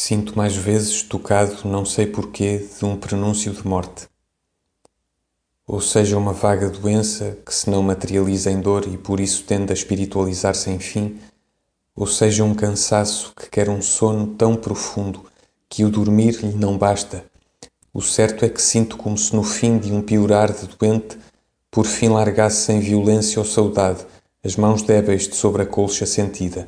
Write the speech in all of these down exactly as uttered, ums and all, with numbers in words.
Sinto mais vezes tocado, não sei porquê, de um prenúncio de morte. Ou seja, uma vaga doença que se não materializa em dor e por isso tende a espiritualizar sem fim, ou seja, um cansaço que quer um sono tão profundo que o dormir lhe não basta. O certo é que sinto como se no fim de um piorar de doente, por fim largasse sem violência ou saudade as mãos débeis de sobre a colcha sentida.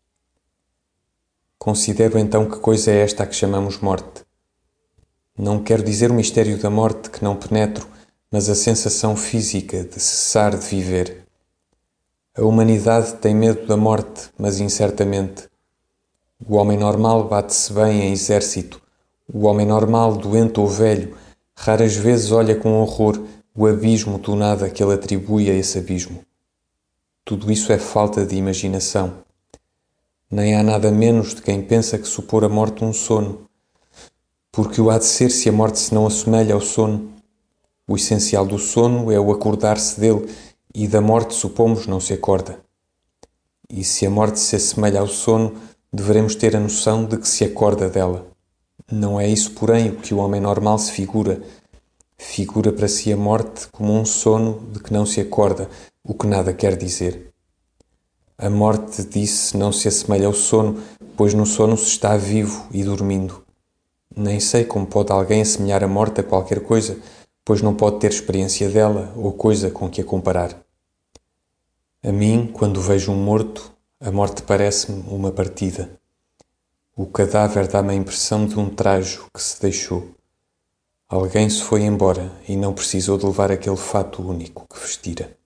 Considero então que coisa é esta a que chamamos morte. Não quero dizer o mistério da morte que não penetro, mas a sensação física de cessar de viver. A humanidade tem medo da morte, mas incertamente. O homem normal bate-se bem em exército. O homem normal, doente ou velho, raras vezes olha com horror o abismo do nada que ele atribui a esse abismo. Tudo isso é falta de imaginação. Nem há nada menos de quem pensa que supor a morte um sono, porque o há de ser se a morte se não assemelha ao sono. O essencial do sono é o acordar-se dele, e da morte supomos não se acorda. E se a morte se assemelha ao sono, deveremos ter a noção de que se acorda dela. Não é isso, porém, o que o homem normal se figura. Figura para si a morte como um sono de que não se acorda, o que nada quer dizer. A morte, disse, não se assemelha ao sono, pois no sono se está vivo e dormindo. Nem sei como pode alguém assemelhar a morte a qualquer coisa, pois não pode ter experiência dela ou coisa com que a comparar. A mim, quando vejo um morto, a morte parece-me uma partida. O cadáver dá-me a impressão de um trajo que se deixou. Alguém se foi embora e não precisou de levar aquele fato único que vestira.